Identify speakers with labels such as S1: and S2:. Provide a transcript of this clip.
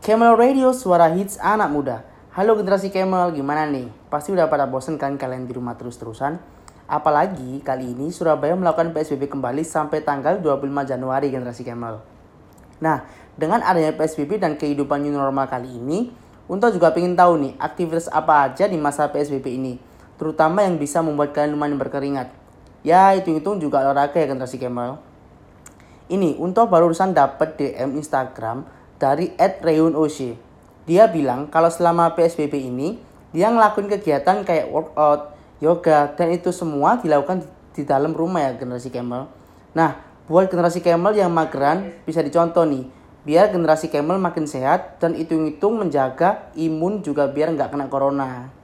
S1: Camel Radio, suara hits anak muda. Halo generasi Camel, gimana nih? Pasti udah pada bosen kan kalian di rumah terus-terusan? Apalagi kali ini Surabaya melakukan PSBB kembali sampai tanggal 25 Januari generasi Camel. Nah, dengan adanya PSBB dan kehidupan new normal kali ini, Unto juga pengen tahu nih aktivitas apa aja di masa PSBB ini, terutama yang bisa membuat kalian lumayan berkeringat. Ya, hitung-hitung juga olahraga ya generasi Camel. Ini Unto barusan dapat DM Instagram dari @reyunoc. Dia bilang kalau selama PSBB ini dia ngelakuin kegiatan kayak workout, yoga, dan itu semua dilakukan di dalam rumah ya generasi Camel. Nah, buat generasi Camel yang mageran bisa dicontoh nih, biar generasi Camel makin sehat dan hitung-hitung menjaga imun juga biar nggak kena corona.